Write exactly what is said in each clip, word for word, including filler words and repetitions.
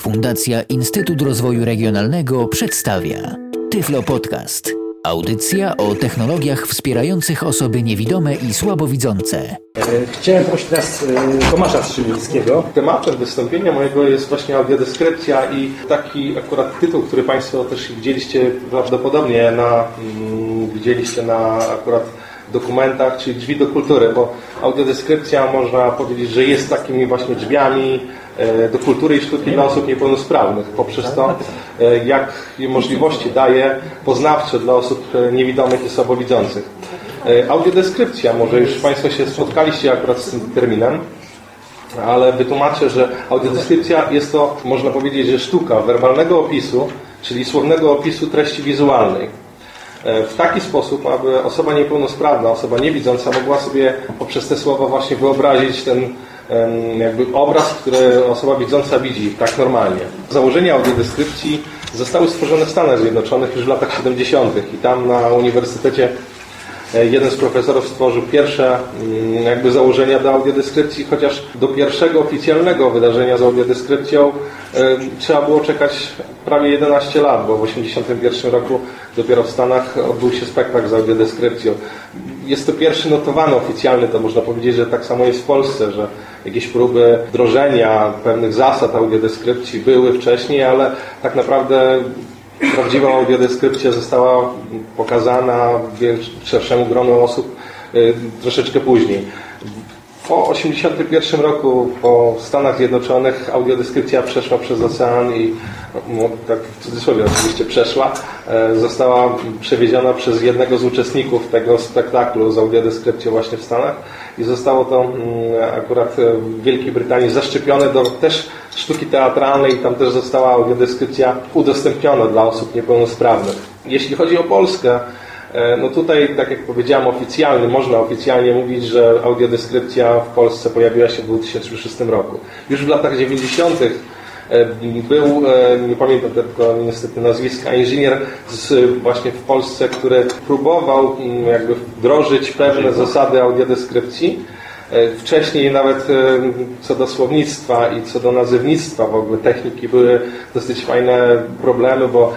Fundacja Instytut Rozwoju Regionalnego przedstawia Tyflo Podcast. Audycja o technologiach wspierających osoby niewidome i słabowidzące. Chciałem prosić teraz Tomasza Strzymińskiego. Tematem wystąpienia mojego jest właśnie audiodeskrypcja i taki akurat tytuł, który Państwo też widzieliście prawdopodobnie na, widzieliście na akurat dokumentach, czyli drzwi do kultury, bo audiodeskrypcja można powiedzieć, że jest takimi właśnie drzwiami do kultury i sztuki dla osób niepełnosprawnych, poprzez to, jak możliwości daje poznawcze dla osób niewidomych i słabowidzących. Audiodeskrypcja, może już Państwo się spotkaliście akurat z tym terminem, ale wytłumaczę, że audiodeskrypcja jest to, można powiedzieć, że sztuka werbalnego opisu, czyli słownego opisu treści wizualnej. W taki sposób, aby osoba niepełnosprawna, osoba niewidząca mogła sobie poprzez te słowa właśnie wyobrazić ten jakby obraz, który osoba widząca widzi tak normalnie. Założenia audiodeskrypcji zostały stworzone w Stanach Zjednoczonych już w latach siedemdziesiątych i tam na uniwersytecie jeden z profesorów stworzył pierwsze jakby założenia do audiodeskrypcji, chociaż do pierwszego oficjalnego wydarzenia z audiodeskrypcją trzeba było czekać prawie jedenaście lat, bo w osiemdziesiątym pierwszym roku dopiero w Stanach odbył się spektakl z audiodeskrypcją. Jest to pierwszy notowany oficjalny, to można powiedzieć, że tak samo jest w Polsce, że jakieś próby wdrożenia pewnych zasad audiodeskrypcji były wcześniej, ale tak naprawdę prawdziwa audiodeskrypcja została pokazana szerszemu gronu osób troszeczkę później. Po osiemdziesiątym pierwszym roku po Stanach Zjednoczonych audiodeskrypcja przeszła przez ocean i, no, tak w cudzysłowie oczywiście przeszła, została przewieziona przez jednego z uczestników tego spektaklu z audiodeskrypcją właśnie w Stanach i zostało to akurat w Wielkiej Brytanii zaszczepione do też sztuki teatralnej i tam też została audiodeskrypcja udostępniona dla osób niepełnosprawnych. Jeśli chodzi o Polskę, no tutaj, tak jak powiedziałem, oficjalnie, można oficjalnie mówić, że audiodeskrypcja w Polsce pojawiła się w dwa tysiące szóstym roku. Już w latach dziewięćdziesiątych był, nie pamiętam tylko niestety nazwiska, inżynier z, właśnie w Polsce, który próbował jakby wdrożyć pewne zasady audiodeskrypcji. Wcześniej nawet co do słownictwa i co do nazewnictwa w ogóle techniki były dosyć fajne problemy, bo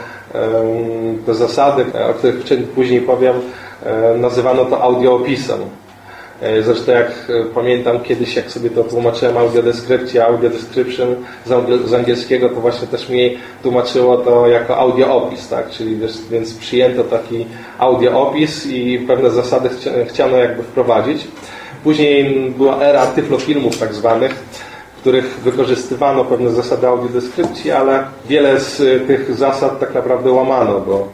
te zasady, o których później powiem, nazywano to audioopisem. Zresztą jak pamiętam kiedyś, jak sobie to tłumaczyłem, audiodeskrypcja, audiodescription z angielskiego, to właśnie też mi tłumaczyło to jako audioopis, tak? Czyli więc przyjęto taki audioopis i pewne zasady chciano jakby wprowadzić. Później była era tyflofilmów tak zwanych, w których wykorzystywano pewne zasady audiodeskrypcji, ale wiele z tych zasad tak naprawdę łamano, bo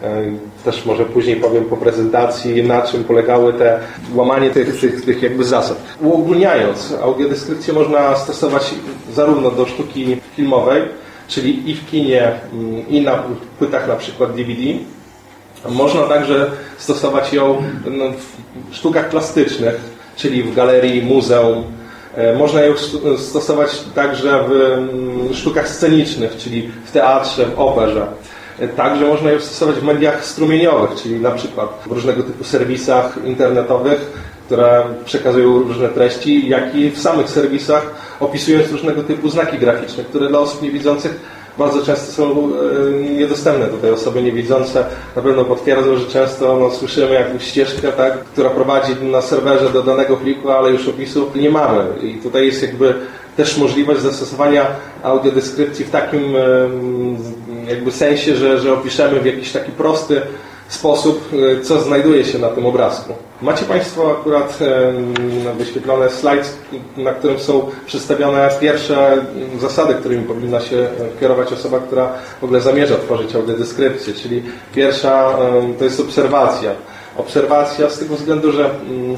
też może później powiem po prezentacji, na czym polegały te łamanie tych, tych, tych jakby zasad. Uogólniając, audiodeskrypcję można stosować zarówno do sztuki filmowej, czyli i w kinie, i na płytach na przykład D V D. Można także stosować ją no, w sztukach plastycznych, czyli w galerii, muzeum. Można ją stosować także w sztukach scenicznych, czyli w teatrze, w operze. Także można ją stosować w mediach strumieniowych, czyli na przykład w różnego typu serwisach internetowych, które przekazują różne treści, jak i w samych serwisach, opisując różnego typu znaki graficzne, które dla osób niewidzących bardzo często są niedostępne. Tutaj osoby niewidzące na pewno potwierdzą, że często no, słyszymy jakąś ścieżkę, tak, która prowadzi na serwerze do danego pliku, ale już opisu nie mamy. I tutaj jest jakby też możliwość zastosowania audiodeskrypcji w takim jakby sensie, że, że opiszemy w jakiś taki prosty sposób, co znajduje się na tym obrazku. Macie Państwo akurat wyświetlone slajd, na którym są przedstawione pierwsze zasady, którymi powinna się kierować osoba, która w ogóle zamierza tworzyć audiodeskrypcję, czyli pierwsza to jest obserwacja. Obserwacja z tego względu, że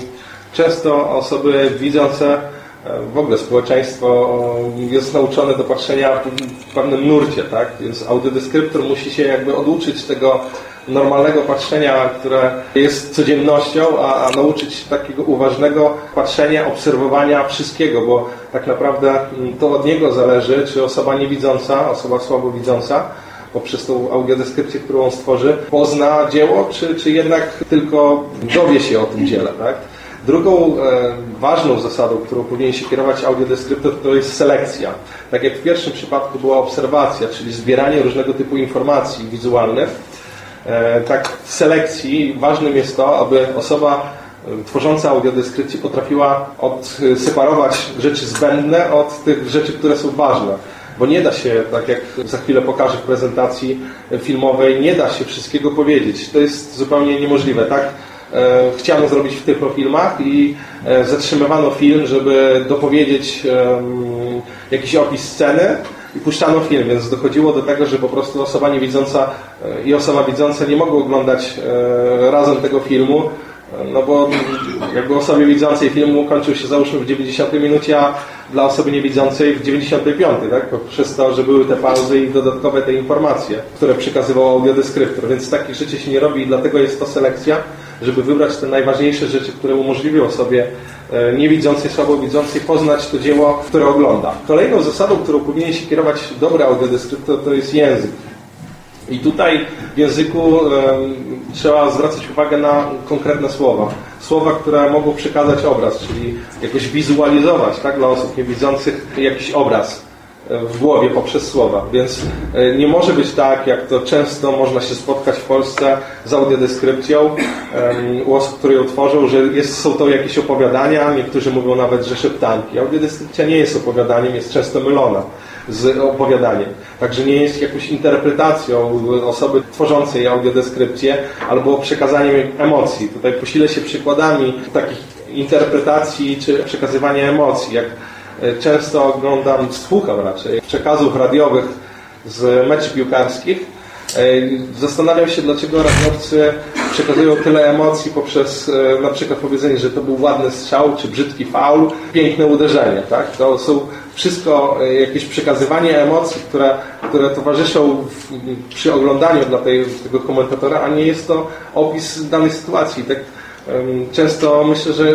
często osoby widzące, w ogóle społeczeństwo jest nauczone do patrzenia w pewnym nurcie, tak? Więc audiodeskryptor musi się jakby oduczyć tego normalnego patrzenia, które jest codziennością, a, a nauczyć takiego uważnego patrzenia, obserwowania wszystkiego, bo tak naprawdę to od niego zależy, czy osoba niewidząca, osoba słabowidząca poprzez tą audiodeskrypcję, którą on stworzy, pozna dzieło, czy, czy jednak tylko dowie się o tym dziele, tak? Drugą e, ważną zasadą, którą powinien się kierować audiodeskryptor, to jest selekcja. Tak jak w pierwszym przypadku była obserwacja, czyli zbieranie różnego typu informacji wizualnych, e, tak w selekcji ważnym jest to, aby osoba tworząca audiodeskrypcję potrafiła odseparować rzeczy zbędne od tych rzeczy, które są ważne. Bo nie da się, tak jak za chwilę pokażę w prezentacji filmowej, nie da się wszystkiego powiedzieć. To jest zupełnie niemożliwe. Tak e, chciano zrobić w tych filmach i e, zatrzymywano film, żeby dopowiedzieć e, jakiś opis sceny i puszczano film, więc dochodziło do tego, że po prostu osoba niewidząca e, i osoba widząca nie mogły oglądać e, razem tego filmu, no bo jakby osobie widzącej film kończył się załóżmy w dziewięćdziesiątej minucie, a dla osoby niewidzącej w dziewięćdziesiątej piątej, tak? Przez to, że były te pauzy i dodatkowe te informacje, które przekazywał audiodeskryptor, więc takich rzeczy się nie robi i dlatego jest to selekcja, żeby wybrać te najważniejsze rzeczy, które umożliwią osobie niewidzącej, słabowidzącej poznać to dzieło, które ogląda. Kolejną zasadą, którą powinien się kierować dobry audiodeskryptor, to jest język. I tutaj w języku e, trzeba zwracać uwagę na konkretne słowa. Słowa, które mogą przekazać obraz, czyli jakoś wizualizować, tak, dla osób niewidzących jakiś obraz w głowie poprzez słowa. Więc e, nie może być tak, jak to często można się spotkać w Polsce z audiodeskrypcją e, u osób, które ją tworzą, że jest, są to jakieś opowiadania, niektórzy mówią nawet, że szeptanki. Audiodeskrypcja nie jest opowiadaniem, jest często mylona z opowiadaniem. Także nie jest jakąś interpretacją osoby tworzącej audiodeskrypcję albo przekazaniem emocji. Tutaj posilę się przykładami takich interpretacji czy przekazywania emocji. Jak często oglądam, słucham raczej przekazów radiowych z meczów piłkarskich, zastanawiam się, dlaczego radiowcy przekazują tyle emocji poprzez na przykład powiedzenie, że to był ładny strzał, czy brzydki faul, piękne uderzenie. Tak? To są wszystko jakieś przekazywanie emocji, które, które towarzyszą w, przy oglądaniu dla tej, tego komentatora, a nie jest to opis danej sytuacji. Tak, um, często myślę, że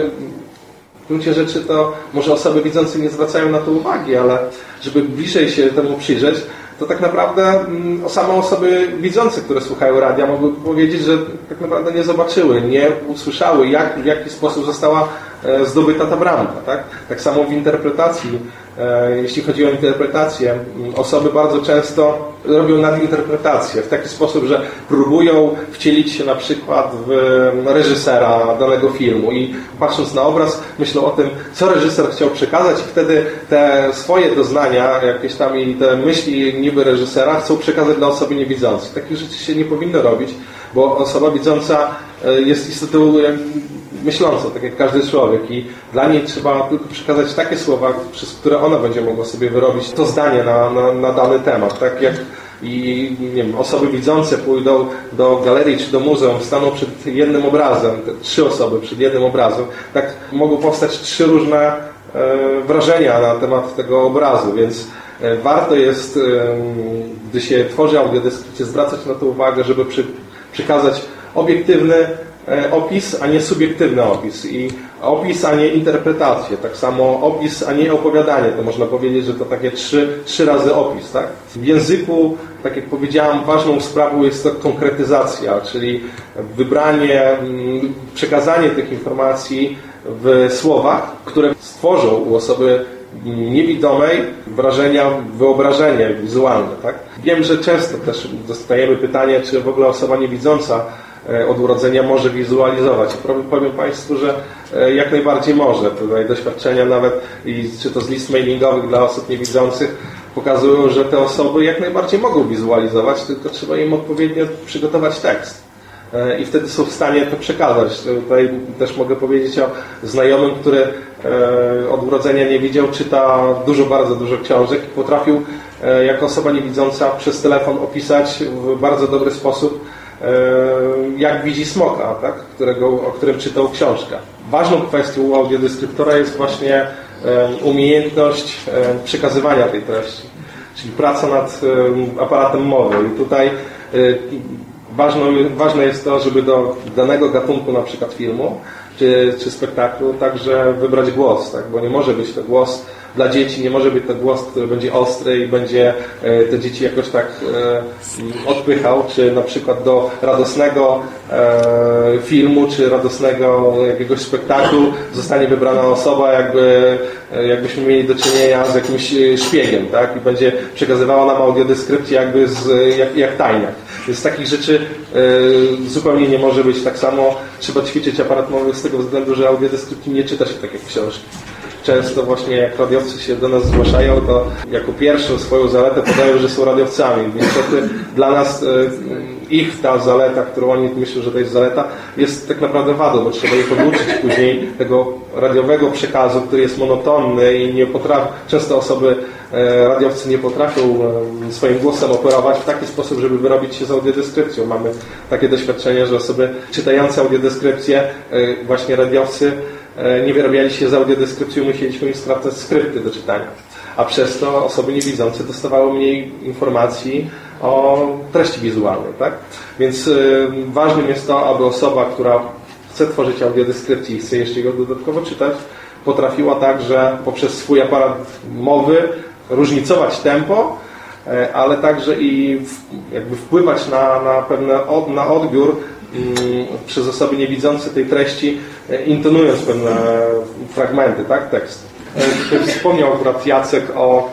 w gruncie rzeczy to może osoby widzące nie zwracają na to uwagi, ale żeby bliżej się temu przyjrzeć, to tak naprawdę same osoby widzące, które słuchają radia, mogły powiedzieć, że tak naprawdę nie zobaczyły, nie usłyszały, jak, w jaki sposób została zdobyta ta bramka. Tak, tak samo w interpretacji, jeśli chodzi o interpretację, osoby bardzo często robią nadinterpretację w taki sposób, że próbują wcielić się na przykład w reżysera danego filmu i patrząc na obraz myślą o tym, co reżyser chciał przekazać i wtedy te swoje doznania, jakieś tam i te myśli niby reżysera chcą przekazać dla osoby niewidzącej. Takich rzeczy się nie powinno robić, bo osoba widząca jest istotą myślącą, tak jak każdy człowiek i dla niej trzeba tylko przekazać takie słowa, przez które ona będzie mogła sobie wyrobić to zdanie na, na, na dany temat. Tak jak i nie wiem, osoby widzące pójdą do galerii czy do muzeum, staną przed jednym obrazem, trzy osoby przed jednym obrazem, tak mogą powstać trzy różne e, wrażenia na temat tego obrazu, więc e, warto jest, e, gdy się tworzy audiodeskrypcję, zwracać na to uwagę, żeby przy, przekazać obiektywny opis, a nie subiektywny opis i opis, a nie interpretację. Tak samo opis, a nie opowiadanie. To można powiedzieć, że to takie trzy, trzy razy opis. Tak? W języku, tak jak powiedziałam, ważną sprawą jest to konkretyzacja, czyli wybranie, przekazanie tych informacji w słowach, które stworzą u osoby niewidomej wrażenia, wyobrażenie wizualne. Tak? Wiem, że często też dostajemy pytanie, czy w ogóle osoba niewidząca od urodzenia może wizualizować. Powiem Państwu, że jak najbardziej może. Tutaj doświadczenia nawet, i czy to z list mailingowych dla osób niewidzących pokazują, że te osoby jak najbardziej mogą wizualizować, tylko trzeba im odpowiednio przygotować tekst. I wtedy są w stanie to przekazać. Tutaj też mogę powiedzieć o znajomym, który od urodzenia nie widział, czyta dużo, bardzo dużo książek i potrafił jako osoba niewidząca przez telefon opisać w bardzo dobry sposób, jak widzi smoka, tak? Którego, o którym czytał książkę. Ważną kwestią u audiodeskryptora jest właśnie umiejętność przekazywania tej treści, czyli praca nad aparatem mowy. I tutaj ważne, ważne jest to, żeby do danego gatunku, na przykład filmu czy, czy spektaklu, także wybrać głos, tak? Bo nie może być to głos dla dzieci nie może być to głos, który będzie ostry i będzie te dzieci jakoś tak odpychał, czy na przykład do radosnego filmu, czy radosnego jakiegoś spektaklu zostanie wybrana osoba, jakby, jakbyśmy mieli do czynienia z jakimś szpiegiem, tak? I będzie przekazywała nam audiodeskrypcję jakby z, jak, jak tajniak. Więc takich rzeczy y, zupełnie nie może być. Tak samo trzeba ćwiczyć aparat mowy z tego względu, że audiodeskrypcji nie czyta się tak jak książki. Często właśnie jak radiowcy się do nas zgłaszają, to jako pierwszą swoją zaletę podają, że są radiowcami. Niestety dla nas y, ich ta zaleta, którą oni myślą, że to jest zaleta, jest tak naprawdę wadą, bo trzeba ich oduczyć później tego radiowego przekazu, który jest monotonny i nie potrafi, często osoby, e, radiowcy nie potrafią e, swoim głosem operować w taki sposób, żeby wyrobić się z audiodeskrypcją. Mamy takie doświadczenie, że osoby czytające audiodeskrypcję, e, właśnie radiowcy, e, nie wyrabiali się z audiodeskrypcją, musieliśmy im sprawdzać skrypty do czytania. A przez to osoby niewidzące dostawały mniej informacji o treści wizualnej, tak? Więc y, ważnym jest to, aby osoba, która chce tworzyć audiodeskrypcję i chce jeszcze go dodatkowo czytać, potrafiła także poprzez swój aparat mowy różnicować tempo, y, ale także i w, jakby wpływać na, na pewne od, na odbiór y, przez osoby niewidzące tej treści, y, intonując pewne fragmenty, tak? Tekstu. Tutaj wspomniał akurat Jacek o,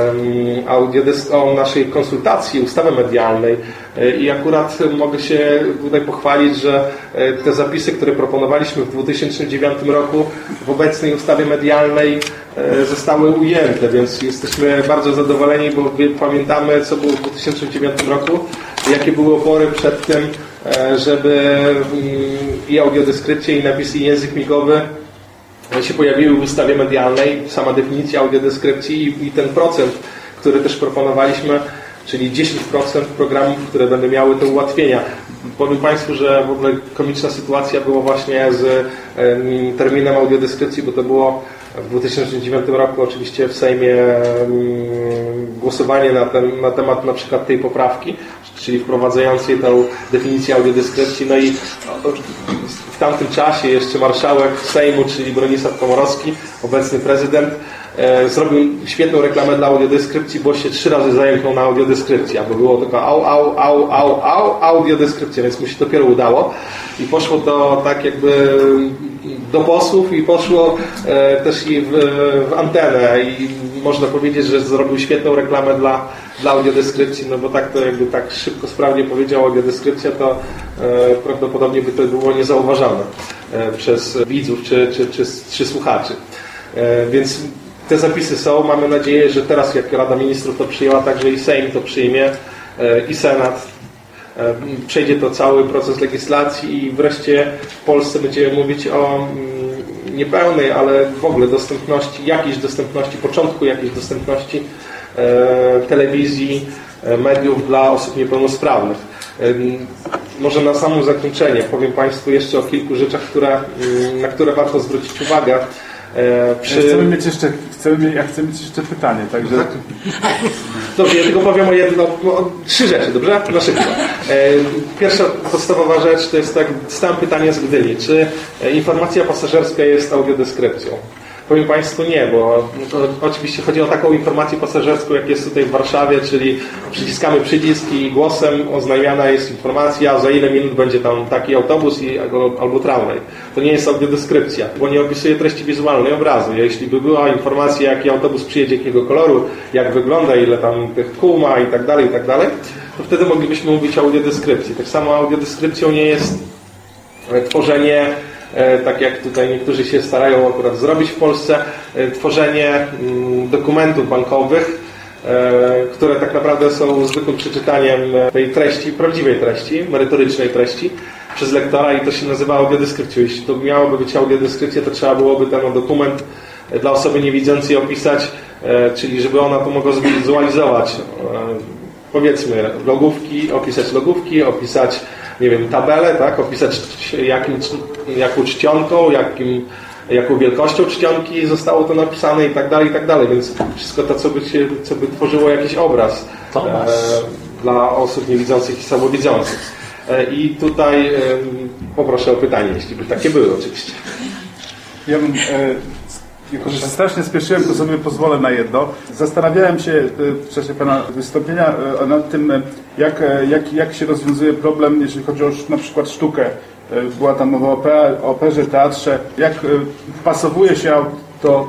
o naszej konsultacji, ustawy medialnej i akurat mogę się tutaj pochwalić, że te zapisy, które proponowaliśmy w dwa tysiące dziewiątym roku w obecnej ustawie medialnej zostały ujęte, więc jesteśmy bardzo zadowoleni, bo pamiętamy, co było w dwa tysiące dziewiątym roku, jakie były opory przed tym, żeby i audiodeskrypcja, i napisy, i język migowy się pojawiły w ustawie medialnej, sama definicja audiodeskrypcji i, i ten procent, który też proponowaliśmy, czyli dziesięć procent programów, które będą miały te ułatwienia. Powiem Państwu, że w ogóle komiczna sytuacja była właśnie z um, terminem audiodeskrypcji, bo to było w dwa tysiące dziewiątym roku oczywiście w Sejmie um, głosowanie na, ten, na temat na przykład tej poprawki, czyli wprowadzającej tę definicję audiodeskrypcji. No i w tamtym czasie jeszcze marszałek Sejmu, czyli Bronisław Komorowski, obecny prezydent, e, zrobił świetną reklamę dla audiodeskrypcji, bo się trzy razy zająknął na audiodeskrypcję, bo było tylko au, au, au, au, au, audiodeskrypcja, więc mu się dopiero udało i poszło to tak jakby do posłów i poszło e, też i w, w antenę i można powiedzieć, że zrobił świetną reklamę dla, dla audiodeskrypcji, no bo tak to jakby tak szybko, sprawnie powiedział audiodeskrypcja, to e, prawdopodobnie by to było niezauważane e, przez widzów czy, czy, czy, czy słuchaczy. E, więc te zapisy są, mamy nadzieję, że teraz jak Rada Ministrów to przyjęła, także i Sejm to przyjmie e, i Senat. E, przejdzie to cały proces legislacji i wreszcie w Polsce będziemy mówić o mm, niepełnej, ale w ogóle dostępności, jakiejś dostępności, początku jakiejś dostępności e, telewizji, e, mediów dla osób niepełnosprawnych. E, może na samo zakończenie powiem Państwu jeszcze o kilku rzeczach, które, na które warto zwrócić uwagę. E, przy... ja chcemy mieć jeszcze, chcemy, ja chcę mieć jeszcze pytanie, także... Dobrze, ja tylko powiem o jedno, o trzy rzeczy, dobrze? Na szybko. E, pierwsza podstawowa rzecz to jest tak, stałem pytanie z Gdyni, czy informacja pasażerska jest audiodeskrypcją? Powiem Państwu nie, bo to oczywiście chodzi o taką informację pasażerską, jak jest tutaj w Warszawie, czyli przyciskamy przycisk i głosem oznajmiana jest informacja, za ile minut będzie tam taki autobus i, albo, albo tramwaj. To nie jest audiodeskrypcja, bo nie opisuje treści wizualnej obrazu. Jeśli by była informacja, jaki autobus przyjedzie, jakiego koloru, jak wygląda, ile tam tych kół ma i tak dalej, i tak dalej, to wtedy moglibyśmy mówić o audiodeskrypcji. Tak samo audiodeskrypcją nie jest tworzenie, tak jak tutaj niektórzy się starają akurat zrobić w Polsce, tworzenie dokumentów bankowych, które tak naprawdę są zwykłym przeczytaniem tej treści, prawdziwej treści, merytorycznej treści przez lektora i to się nazywa audiodeskrypcją. Jeśli to miałoby być audiodeskrypcja, to trzeba byłoby ten dokument dla osoby niewidzącej opisać, czyli żeby ona to mogła zwizualizować, powiedzmy logówki, opisać logówki, opisać, nie wiem, tabelę, tak, opisać jakim, jaką czcionką, jakim, jaką wielkością czcionki zostało to napisane i tak dalej, i tak dalej, więc wszystko to, co by, się, co by tworzyło jakiś obraz e, dla osób niewidzących i słabowidzących. E, I tutaj e, poproszę o pytanie, jeśli by takie były oczywiście. Ja bym, e, jako że się strasznie spieszyłem, to sobie pozwolę na jedno. Zastanawiałem się w czasie Pana wystąpienia nad tym, jak, jak, jak się rozwiązuje problem, jeżeli chodzi o na przykład sztukę. Była tam mowa o operze, teatrze. Jak wpasowuje się to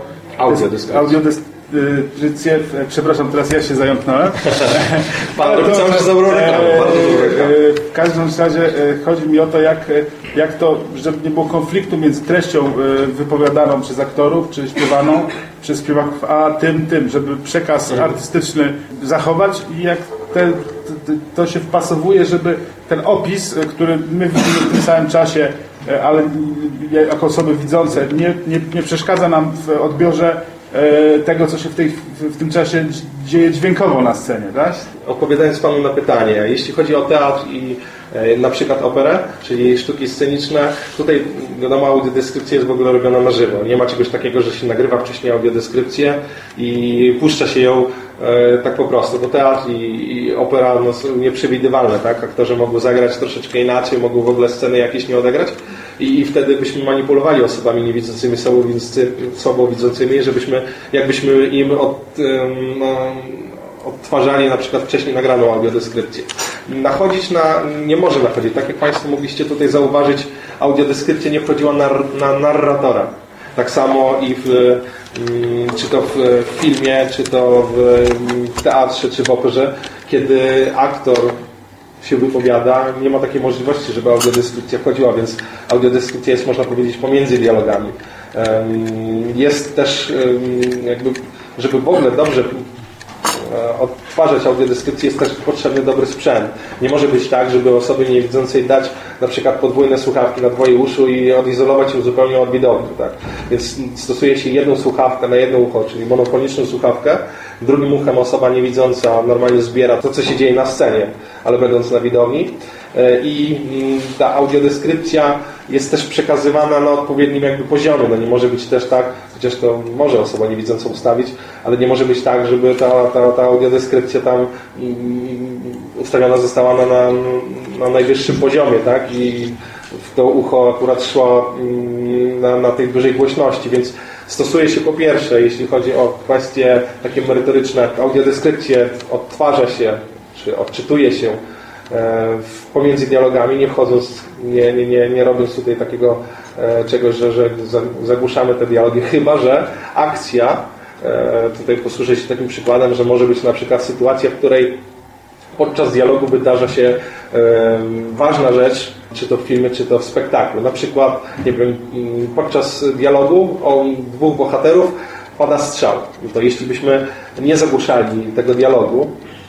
audiodeskrypcję, przepraszam, teraz ja się zająknąłem. Pan robi cały czas dobrą reklamę. W każdym razie chodzi mi o to, jak, jak to, żeby nie było konfliktu między treścią wypowiadaną przez aktorów, czy śpiewaną przez śpiewaków, a tym, tym, żeby przekaz artystyczny zachować i jak te, to się wpasowuje, żeby ten opis, który my widzimy w tym samym czasie, ale jako osoby widzące, nie, nie, nie przeszkadza nam w odbiorze tego, co się w, tej, w tym czasie dzieje dźwiękowo na scenie, tak? Odpowiadając Panu na pytanie, jeśli chodzi o teatr i e, na przykład operę, czyli sztuki sceniczne, tutaj wiadomo, audiodeskrypcja jest w ogóle robiona na żywo. Nie ma czegoś takiego, że się nagrywa wcześniej audiodeskrypcję i puszcza się ją e, tak po prostu, bo teatr i, i opera no, są nieprzewidywalne, tak? Aktorzy mogą zagrać troszeczkę inaczej, mogą w ogóle sceny jakieś nie odegrać. I, I wtedy byśmy manipulowali osobami niewidzącymi, słabowidzącymi, żebyśmy, jakbyśmy im od, no, odtwarzali na przykład wcześniej nagraną audiodeskrypcję. Nachodzić na, nie może nachodzić. Tak jak Państwo mogliście tutaj zauważyć, audiodeskrypcja nie wchodziła na, na narratora. Tak samo i w, czy to w filmie, czy to w teatrze, czy w operze, kiedy aktor się wypowiada, nie ma takiej możliwości, żeby audiodeskrypcja wchodziła, więc audiodeskrypcja jest, można powiedzieć, pomiędzy dialogami. Jest też jakby, żeby w ogóle dobrze odtwarzać audiodeskrypcję, jest też potrzebny dobry sprzęt. Nie może być tak, żeby osobie niewidzącej dać na przykład podwójne słuchawki na dwoje uszu i odizolować ją zupełnie od widowni. Tak? Więc stosuje się jedną słuchawkę na jedno ucho, czyli monofoniczną słuchawkę. Drugim uchem osoba niewidząca normalnie zbiera to, co się dzieje na scenie, ale będąc na widowni. I ta audiodeskrypcja jest też przekazywana na odpowiednim jakby poziomie. No nie może być też tak, chociaż to może osoba niewidząca ustawić, ale nie może być tak, żeby ta, ta, ta audiodeskrypcja tam ustawiona została na, na, na najwyższym poziomie, tak? I w to ucho akurat szło na, na tej dużej głośności, więc stosuje się po pierwsze, jeśli chodzi o kwestie takie merytoryczne, audiodeskrypcję odtwarza się, czy odczytuje się pomiędzy dialogami, nie wchodząc, nie, nie, nie, nie robiąc tutaj takiego czegoś, że, że zagłuszamy te dialogi, chyba że akcja, tutaj posłużę się takim przykładem, że może być na przykład sytuacja, w której podczas dialogu wydarza się ważna rzecz, czy to w filmie, czy to w spektaklu. Na przykład, nie wiem, podczas dialogu o dwóch bohaterów pada strzał. I to jeśli byśmy nie zagłuszali tego dialogu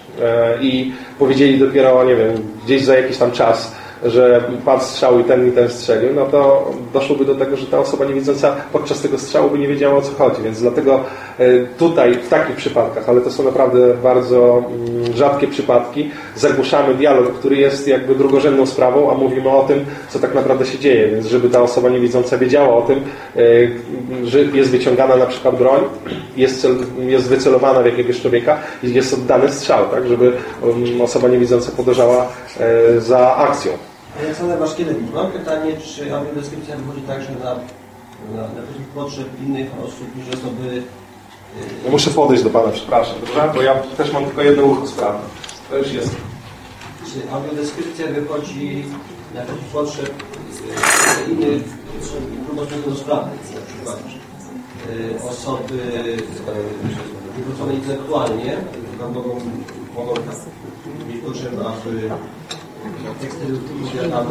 i powiedzieli dopiero, nie wiem, gdzieś za jakiś tam czas, że padł strzał i ten i ten strzelił, no to doszłoby do tego, że ta osoba niewidząca podczas tego strzału by nie wiedziała, o co chodzi. Więc dlatego tutaj, w takich przypadkach, ale to są naprawdę bardzo rzadkie przypadki, zagłuszamy dialog, który jest jakby drugorzędną sprawą, a mówimy o tym, co tak naprawdę się dzieje. Więc żeby ta osoba niewidząca wiedziała o tym, że jest wyciągana na przykład broń, jest, cel, jest wycelowana w jakiegoś człowieka i jest oddany strzał, tak, żeby osoba niewidząca podążała za akcją. Aleksander Waszkiewicz, mam pytanie, czy audiodeskrypcja wychodzi także na, na, na potrzeb innych osób niż osoby... Ja muszę podejść do Pana, przepraszam, dobrze? Bo ja też mam tylko jedno ucho sprawne. To już jest. Czy audiodeskrypcja wychodzi na potrzeb innych niepełnosprawnych, na przykład osoby wykluczone intelektualnie, mogą, mogą mieć potrzebę, aby teksty wypowiadane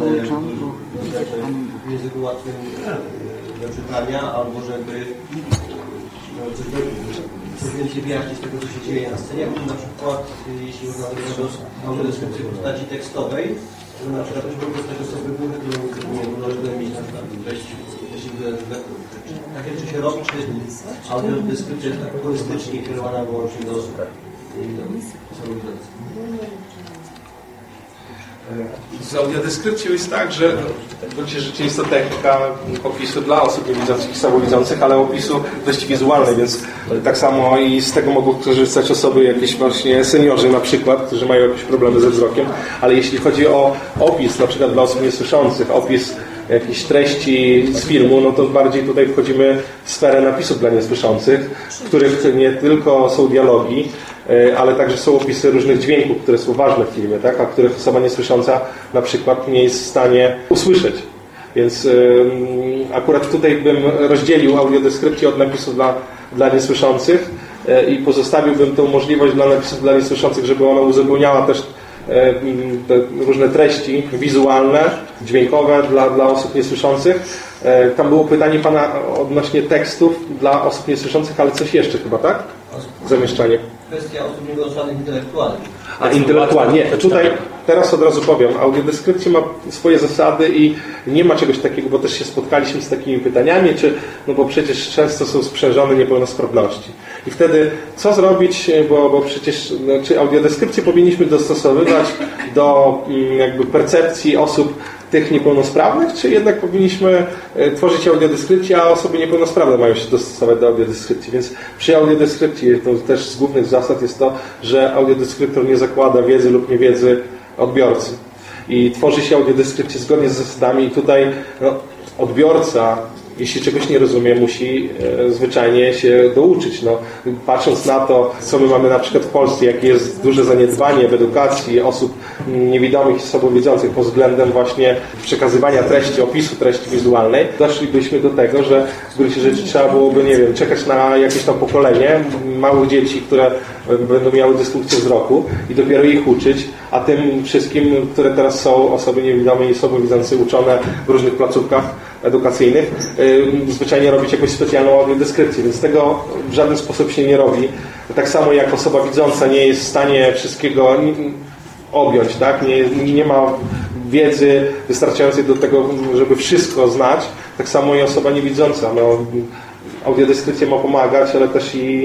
w języku łatwym do czytania, albo żeby no, coś, coś więcej wyjaśnić z tego, co się dzieje na scenie. Na przykład, jeśli można audiodeskrypcję w postaci tekstowej, to na przykład też mogą zostać osoby głuche, które nie można mieć na przykład treść, jeśli takie rzeczy się robi, czy audiodeskrypcja jest tak horystycznie kierowana wyłącznie do osób widzących. Z audiodeskrypcją jest tak, że w gruncie rzeczy jest to technika opisu dla osób niewidzących i słabowidzących, ale opisu dość wizualnej, więc tak samo i z tego mogą korzystać osoby jakieś właśnie seniorzy na przykład, którzy mają jakieś problemy ze wzrokiem, ale jeśli chodzi o opis na przykład dla osób niesłyszących, opis jakichś treści z filmu, no to bardziej tutaj wchodzimy w sferę napisów dla niesłyszących, w których nie tylko są dialogi, ale także są opisy różnych dźwięków, które są ważne w filmie, tak? A których osoba niesłysząca na przykład nie jest w stanie usłyszeć. Więc y, akurat tutaj bym rozdzielił audiodeskrypcję od napisów dla, dla niesłyszących y, i pozostawiłbym tą możliwość dla napisów dla niesłyszących, żeby ona uzupełniała też y, te różne treści wizualne, dźwiękowe dla, dla osób niesłyszących. Y, tam było pytanie Pana odnośnie tekstów dla osób niesłyszących, ale coś jeszcze chyba, tak? Zamieszczanie. Kwestia osób niepełnosprawnych intelektualnych. A intelektualnie. Nie, tutaj teraz od razu powiem, audiodeskrypcja ma swoje zasady i nie ma czegoś takiego, bo też się spotkaliśmy z takimi pytaniami, czy, no bo przecież często są sprzężone niepełnosprawności. I wtedy co zrobić, bo, bo przecież no, czy audiodeskrypcję powinniśmy dostosowywać do jakby percepcji osób tych niepełnosprawnych, czy jednak powinniśmy tworzyć audiodeskrypcję, a osoby niepełnosprawne mają się dostosować do audiodeskrypcji. Więc przy audiodeskrypcji to też z głównych zasad jest to, że audiodeskryptor nie zakłada wiedzy lub niewiedzy odbiorcy. I tworzy się audiodeskrypcję zgodnie z zasadami i tutaj no, odbiorca, jeśli czegoś nie rozumie, musi e, zwyczajnie się douczyć. No, patrząc na to, co my mamy na przykład w Polsce, jakie jest duże zaniedbanie w edukacji osób niewidomych i słabowidzących pod względem właśnie przekazywania treści, opisu treści wizualnej, doszlibyśmy do tego, że w gruncie rzeczy trzeba byłoby, nie wiem, czekać na jakieś tam pokolenie małych dzieci, które będą miały dysfunkcję wzroku i dopiero ich uczyć, a tym wszystkim, które teraz są osoby niewidome i słabowidzące uczone w różnych placówkach edukacyjnych, yy, zwyczajnie robić jakąś specjalną audiodeskrypcję, więc tego w żaden sposób się nie robi. Tak samo jak osoba widząca nie jest w stanie wszystkiego objąć, tak? Nie, nie ma wiedzy wystarczającej do tego, żeby wszystko znać, tak samo i osoba niewidząca. No, audiodeskrypcja ma pomagać, ale też i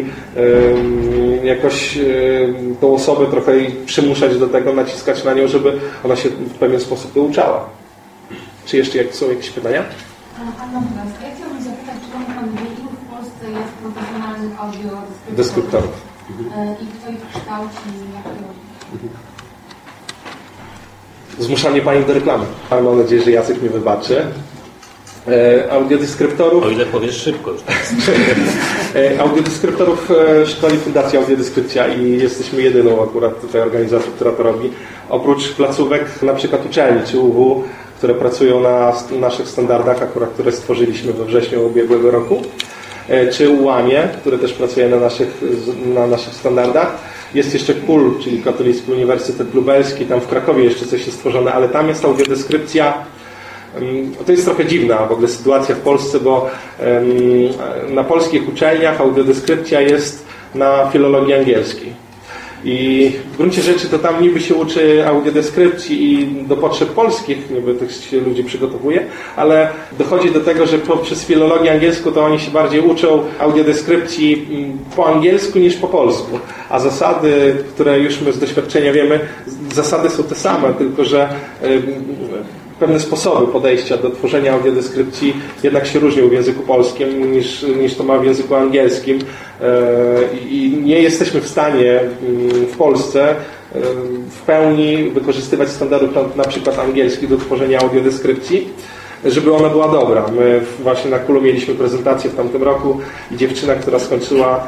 yy, jakoś yy, tą osobę trochę przymuszać do tego, naciskać na nią, żeby ona się w pewien sposób douczała. Czy jeszcze jak są jakieś pytania? Pan Natomiast, ja chciałbym zapytać, czy Pan wie, ilu w Polsce jest profesjonalnych audiodeskryptorów mhm. i kto ich kształci i jak to robi? Mhm. Zmuszanie Pani do reklamy. Mam nadzieję, że Jacek mnie wybaczy. E, audiodeskryptorów... O ile powiesz szybko już. e, audiodeskryptorów e, szkoli Fundacja Audiodeskrypcja i jesteśmy jedyną akurat tutaj organizacją, która to robi. Oprócz placówek, na przykład uczelni czy U W, które pracują na naszych standardach, akurat które stworzyliśmy we wrześniu ubiegłego roku, czy U A M ie, które też pracuje na naszych, na naszych standardach. Jest jeszcze K U L, czyli Katolicki Uniwersytet Lubelski, tam w Krakowie jeszcze coś jest stworzone, ale tam jest audiodeskrypcja. To jest trochę dziwna w ogóle sytuacja w Polsce, bo na polskich uczelniach audiodeskrypcja jest na filologii angielskiej. I w gruncie rzeczy to tam niby się uczy audiodeskrypcji i do potrzeb polskich, niby tych się ludzi przygotowuje, ale dochodzi do tego, że poprzez filologię angielską to oni się bardziej uczą audiodeskrypcji po angielsku niż po polsku. A zasady, które już my z doświadczenia wiemy, zasady są te same, tylko że pewne sposoby podejścia do tworzenia audiodeskrypcji jednak się różnią w języku polskim niż, niż to ma w języku angielskim i nie jesteśmy w stanie w Polsce w pełni wykorzystywać standardów na przykład angielskich do tworzenia audiodeskrypcji, żeby ona była dobra. My właśnie na K U L-u mieliśmy prezentację w tamtym roku i dziewczyna, która skończyła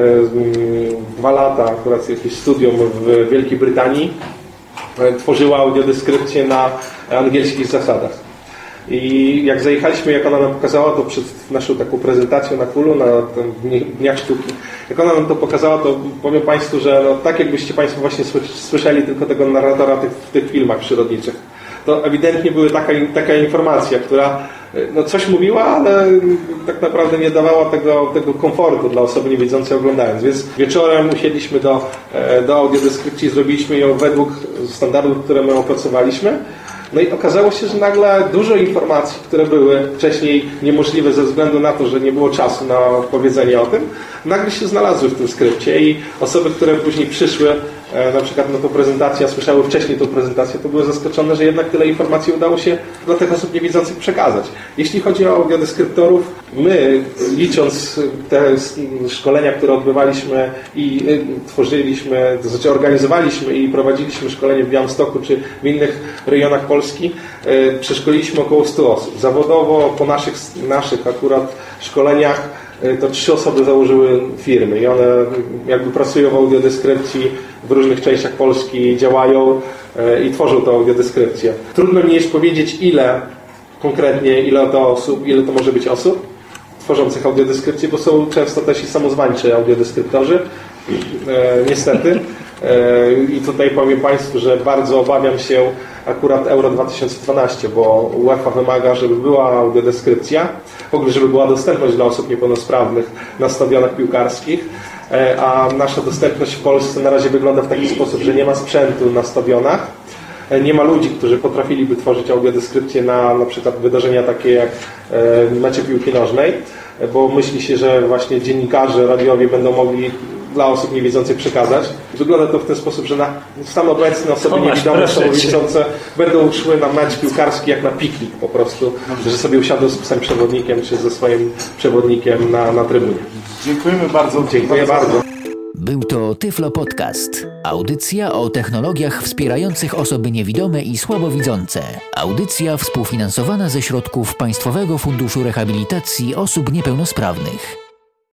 dwa lata akurat jakieś studium w Wielkiej Brytanii, tworzyła audiodeskrypcję na angielskich zasadach. I jak zajechaliśmy, jak ona nam pokazała to przed naszą taką prezentacją na K U L-u, na Dniach Sztuki, jak ona nam to pokazała, to powiem Państwu, że no, tak jakbyście Państwo właśnie słyszeli tylko tego narratora tych, w tych filmach przyrodniczych. To ewidentnie była taka, taka informacja, która no, coś mówiła, ale tak naprawdę nie dawała tego, tego komfortu dla osoby niewidzącej oglądając. Więc wieczorem usiedliśmy do, do audiodeskrypcji, zrobiliśmy ją według standardów, które my opracowaliśmy. No i okazało się, że nagle dużo informacji, które były wcześniej niemożliwe ze względu na to, że nie było czasu na powiedzenie o tym, nagle się znalazły w tym skrypcie i osoby, które później przyszły na przykład na tą prezentację, a słyszały wcześniej tą prezentację, to były zaskoczone, że jednak tyle informacji udało się dla tych osób niewidzących przekazać. Jeśli chodzi o audiodeskryptorów, my, licząc te szkolenia, które odbywaliśmy i tworzyliśmy, to znaczy organizowaliśmy i prowadziliśmy szkolenie w Białymstoku czy w innych rejonach Polski, przeszkoliliśmy około stu osób. Zawodowo po naszych, naszych akurat szkoleniach to trzy osoby założyły firmy i one jakby pracują w audiodeskrypcji w różnych częściach Polski, działają i tworzą tę audiodeskrypcję. Trudno mi jest powiedzieć, ile konkretnie, ile to osób, ile to może być osób tworzących audiodeskrypcję, bo są często też i samozwańczy audiodeskryptorzy, niestety. I tutaj powiem Państwu, że bardzo obawiam się akurat Euro dwa tysiące dwanaście, bo UEFA wymaga, żeby była audiodeskrypcja, w ogóle żeby była dostępność dla osób niepełnosprawnych na stadionach piłkarskich, a nasza dostępność w Polsce na razie wygląda w taki sposób, że nie ma sprzętu na stadionach, nie ma ludzi, którzy potrafiliby tworzyć audiodeskrypcję na na przykład wydarzenia takie jak mecze piłki nożnej, bo myśli się, że właśnie dziennikarze radiowi będą mogli dla osób niewidzących przekazać. Wygląda to w ten sposób, że na stan obecny osoby niewidome, słabowidzące będą szły na mecz piłkarski jak na piknik po prostu, że sobie usiądą z psem przewodnikiem czy ze swoim przewodnikiem na, na trybunie. Dziękujemy bardzo. Dziękuję bardzo. Był to Tyflo Podcast. Audycja o technologiach wspierających osoby niewidome i słabowidzące. Audycja współfinansowana ze środków Państwowego Funduszu Rehabilitacji Osób Niepełnosprawnych.